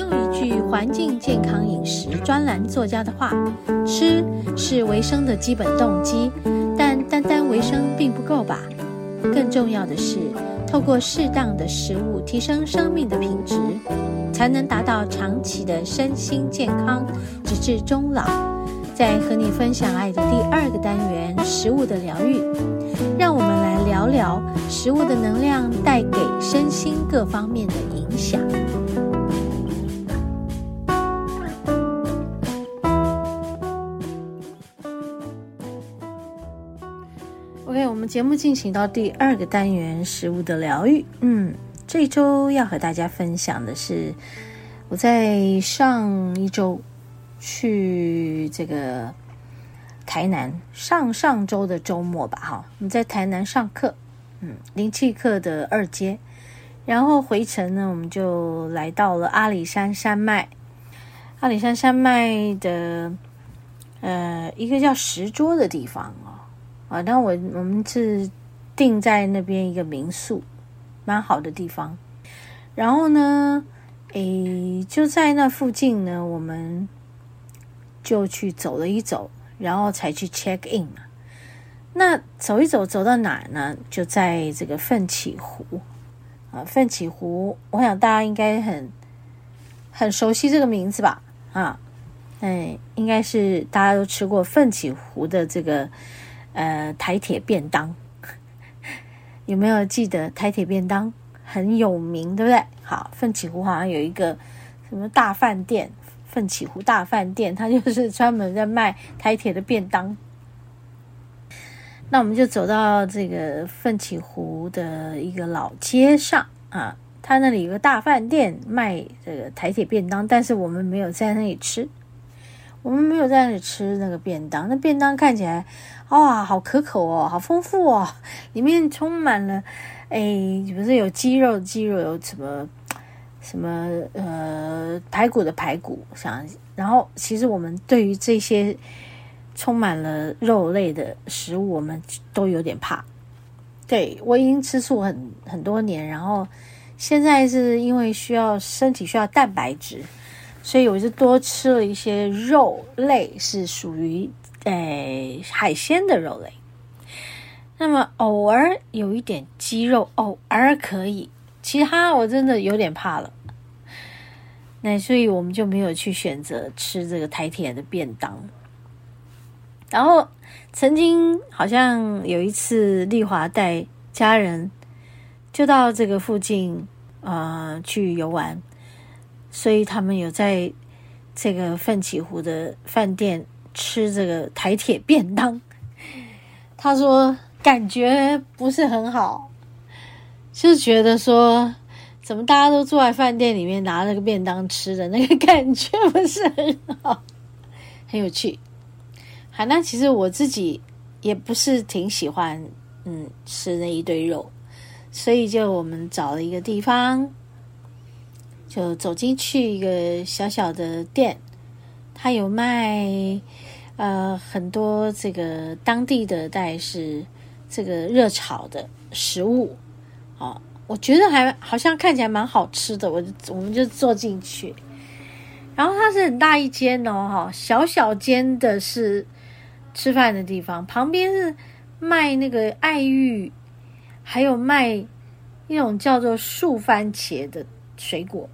用一句环境健康饮食专栏作家的话，吃是维生的基本动机，但单单维生并不够吧。更重要的是，透过适当的食物提升生命的品质，才能达到长期的身心健康，直至终老。在和你分享爱的第2个单元，食物的疗愈，让我们来聊聊食物的能量带给身心各方面的影响。OK， 我们节目进行到第2个单元，食物的疗愈。这一周要和大家分享的是，我在上一周去这个台南，上周的周末吧，我们在台南上课，灵气课的2阶，然后回程呢，我们就来到了阿里山山脉。阿里山山脉的一个叫石桌的地方那我们是定在那边一个民宿，蛮好的地方。然后呢，就在那附近呢，我们就去走了一走，然后才去 check in 嘛。那走一走，走到哪呢？就在这个奋起湖奋起湖，我想大家应该很熟悉这个名字吧？应该是大家都吃过奋起湖的这个台铁便当，有没有记得台铁便当很有名，对不对？好，奋起湖好像有一个什么大饭店，奋起湖大饭店，它就是专门在卖台铁的便当。那我们就走到这个奋起湖的一个老街上它那里有个大饭店卖这个台铁便当，但是我们没有在那里吃。我们没有在那里吃那个便当，那便当看起来好可口好丰富里面充满了不是有鸡肉有什么排骨的排骨，然后其实我们对于这些充满了肉类的食物，我们都有点怕。对，我已经吃素很多年，然后现在是因为身体需要蛋白质，所以我就多吃了一些肉类，是属于海鲜的肉类。那么偶尔有一点鸡肉，偶尔可以，其他我真的有点怕了。那所以我们就没有去选择吃这个台铁的便当。然后曾经好像有一次丽华带家人就到这个附近去游玩，所以他们有在这个奋起湖的饭店吃这个台铁便当。他说感觉不是很好，就觉得说怎么大家都坐在饭店里面拿那个便当吃的那个感觉不是很好，很有趣。好，那其实我自己也不是挺喜欢吃那一堆肉，所以就我们找了一个地方，就走进去一个小小的店，它有卖很多这个当地的大概是这个热炒的食物我觉得好像看起来蛮好吃的，我们就坐进去。然后它是很大一间小小间的是吃饭的地方，旁边是卖那个爱玉，还有卖一种叫做树番茄的水果。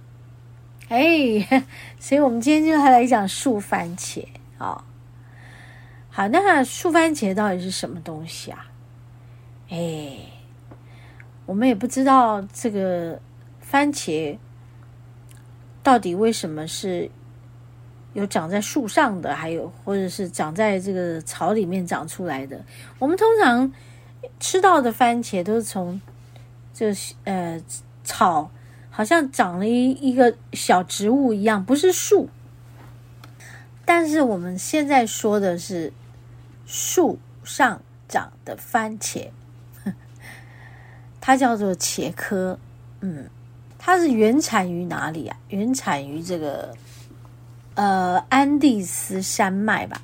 所以我们今天就来讲树番茄好，那树番茄到底是什么东西啊？我们也不知道这个番茄到底为什么是有长在树上的，还有或者是长在这个草里面长出来的。我们通常吃到的番茄都是从草，好像长了一个小植物一样，不是树。但是我们现在说的是树上长的番茄，它叫做茄科。它是原产于哪里啊？原产于这个安第斯山脉吧。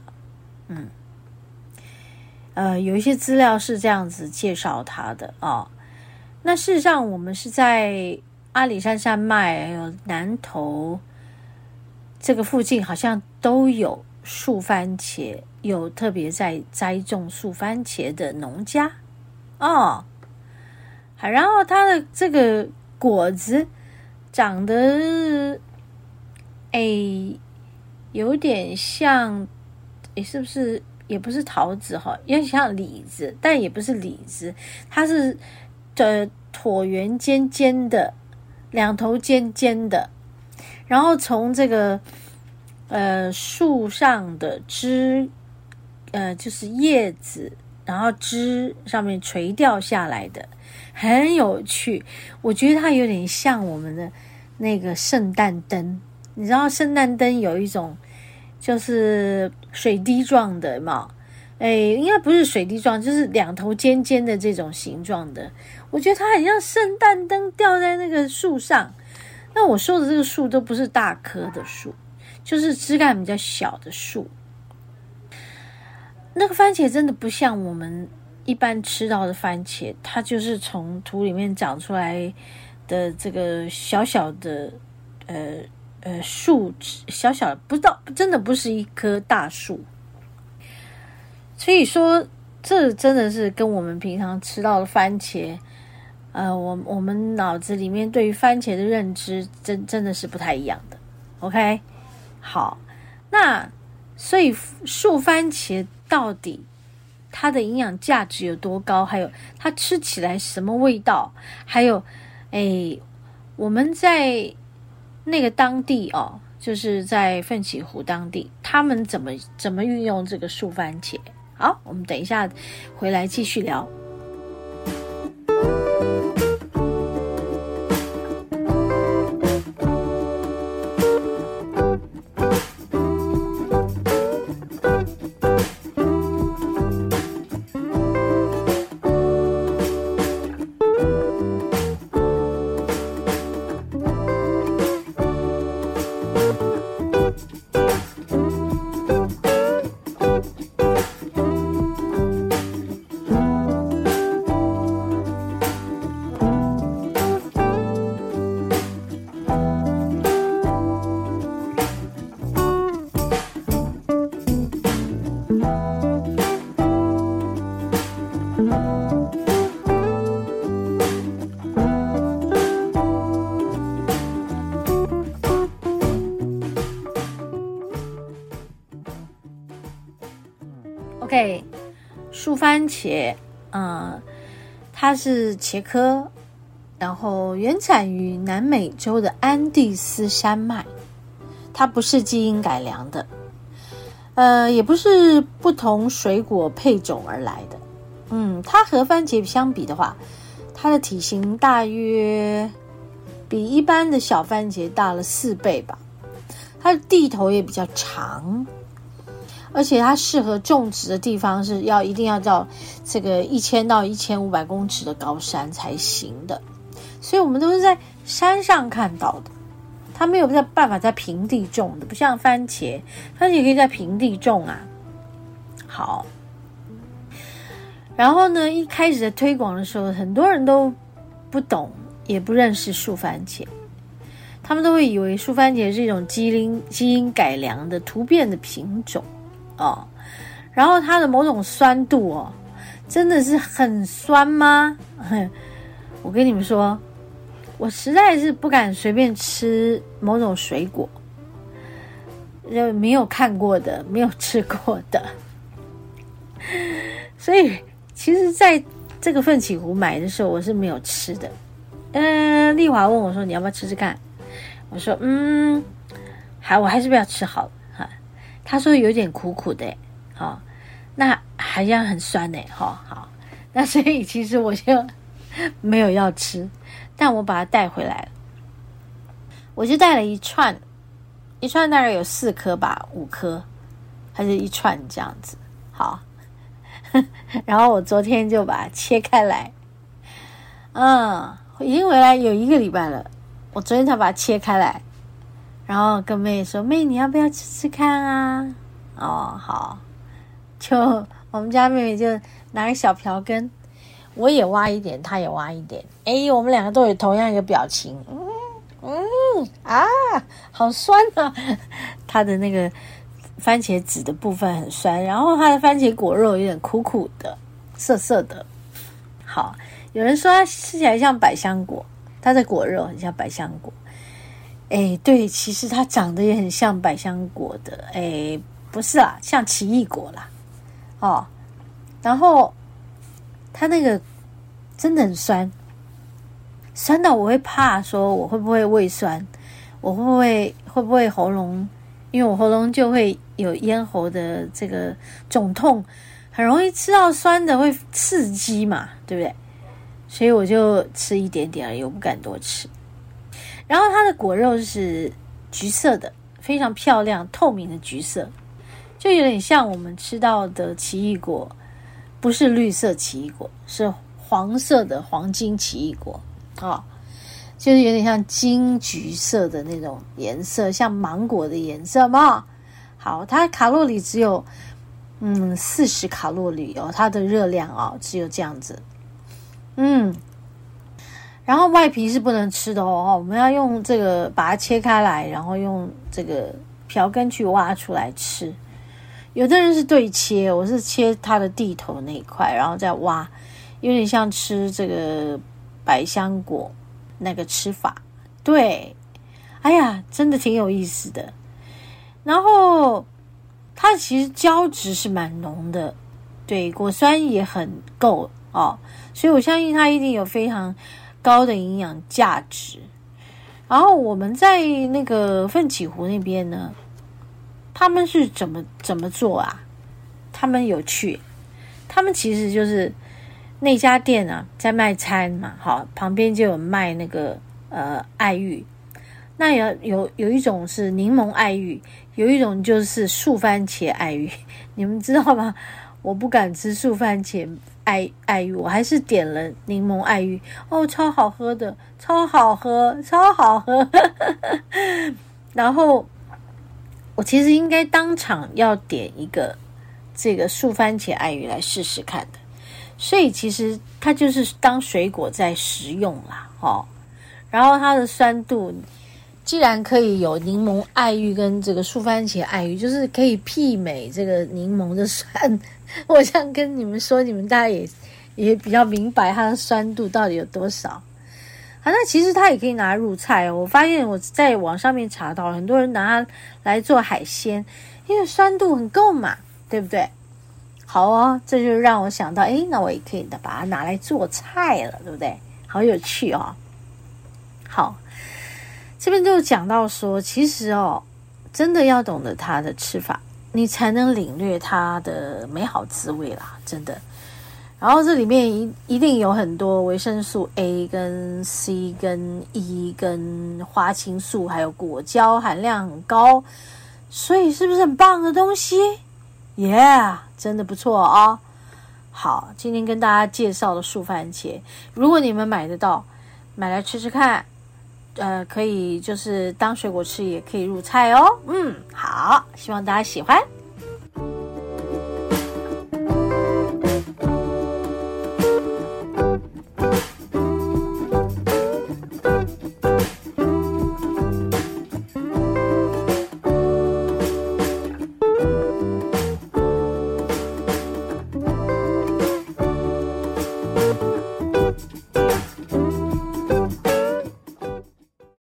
有一些资料是这样子介绍它的那事实上我们是在阿里山山脉还有南投这个附近好像都有树番茄，有特别在栽种树番茄的农家哦。好，然后它的这个果子长得有点像，是不是也不是桃子哈，有点像李子，但也不是李子，它是椭圆尖尖的，两头尖尖的，然后从这个树上的枝就是叶子，然后枝上面垂掉下来的，很有趣。我觉得它有点像我们的那个圣诞灯，你知道圣诞灯有一种就是水滴状的嘛？应该不是水滴状，就是两头尖尖的这种形状的。我觉得它很像圣诞灯吊在那个树上。那我说的这个树都不是大棵的树，就是枝干比较小的树。那个番茄真的不像我们一般吃到的番茄，它就是从土里面长出来的这个小小的树枝，小小的，不知道，真的不是一棵大树。所以说这真的是跟我们平常吃到的番茄我们脑子里面对于番茄的认知真的是不太一样的。 OK， 好，那所以树番茄到底它的营养价值有多高，还有它吃起来什么味道，还有我们在那个当地就是在奋起湖当地，他们怎么运用这个树番茄。好，我们等一下回来继续聊。OK， 树番茄，它是茄科，然后原产于南美洲的安第斯山脉，它不是基因改良的，也不是不同水果配种而来的。它和番茄相比的话，它的体型大约比一般的小番茄大了4倍吧，它的蒂头也比较长。而且它适合种植的地方是一定要到这个1000到1500公尺的高山才行的，所以我们都是在山上看到的，它没有办法在平地种的，不像番茄可以在平地种啊。好，然后呢，一开始在推广的时候，很多人都不懂，也不认识树番茄，他们都会以为树番茄是一种基因改良的突变的品种然后它的某种酸度真的是很酸吗？我跟你们说，我实在是不敢随便吃某种水果，没有看过的，没有吃过的。所以其实在这个奋起湖买的时候我是没有吃的。丽华问我说你要不要吃吃看，我说我还是不要吃好了。他说有点苦苦的那好像很酸好，那所以其实我就没有要吃，但我把它带回来了，我就带了一串大概有4颗吧，5颗还是一串这样子。好，然后我昨天就把它切开来，已经回来有1个礼拜了，我昨天才把它切开来，然后跟妹说，妹你要不要吃吃看啊？好，就我们家妹妹就拿个小瓢羹，我也挖一点，她也挖一点，我们2个都有同样一个表情， 好酸啊！它的那个番茄籽的部分很酸，然后它的番茄果肉有点苦苦的、涩涩的。好，有人说它吃起来像百香果，它的果肉很像百香果。对，其实它长得也很像百香果的。不是啦，像奇异果啦。然后它那个真的很酸，酸到我会怕说我会不会胃酸，我会不会喉咙，因为我喉咙就会有咽喉的这个肿痛，很容易吃到酸的会刺激嘛，对不对？所以我就吃一点点而已，我不敢多吃。然后它的果肉是橘色的，非常漂亮透明的橘色，就有点像我们吃到的奇异果，不是绿色奇异果，是黄色的黄金奇异果就是有点像金橘色的那种颜色，像芒果的颜色嘛。好，它卡路里只有40卡路里它的热量只有这样子。然后外皮是不能吃的我们要用这个把它切开来，然后用这个瓢根去挖出来吃。有的人是对切，我是切它的蒂头那一块，然后再挖，有点像吃这个百香果那个吃法。对，真的挺有意思的。然后它其实胶质是蛮浓的，对，果酸也很够所以我相信它一定有非常高的营养价值。然后我们在那个奋起湖那边呢，他们是怎么做啊？他们有趣，他们其实就是那家店在卖餐嘛，旁边就有卖那个爱玉。那有一种是柠檬爱玉，有一种就是素番茄爱玉。你们知道吗？我不敢吃素番茄爱玉，我还是点了柠檬爱玉。超好喝的，超好喝。然后我其实应该当场要点一个这个素番茄爱玉来试试看的。所以其实它就是当水果在食用啦然后它的酸度既然可以有柠檬爱玉跟这个素番茄爱玉，就是可以媲美这个柠檬的酸。我想跟你们说，你们大家也比较明白它的酸度到底有多少。那其实它也可以拿入菜我发现我在网上面查到很多人拿它来做海鲜，因为酸度很够嘛，对不对？好这就让我想到那我也可以把它拿来做菜了，对不对？好有趣好，这边就讲到说，其实真的要懂得它的吃法，你才能领略它的美好滋味啦，真的。然后这里面一定有很多维生素 A 跟 C 跟 E 跟花青素还有果胶含量很高，所以是不是很棒的东西？ Yeah， 真的不错好，今天跟大家介绍的素番茄，如果你们买得到，买来吃吃看，可以就是当水果吃，也可以入菜好，希望大家喜欢。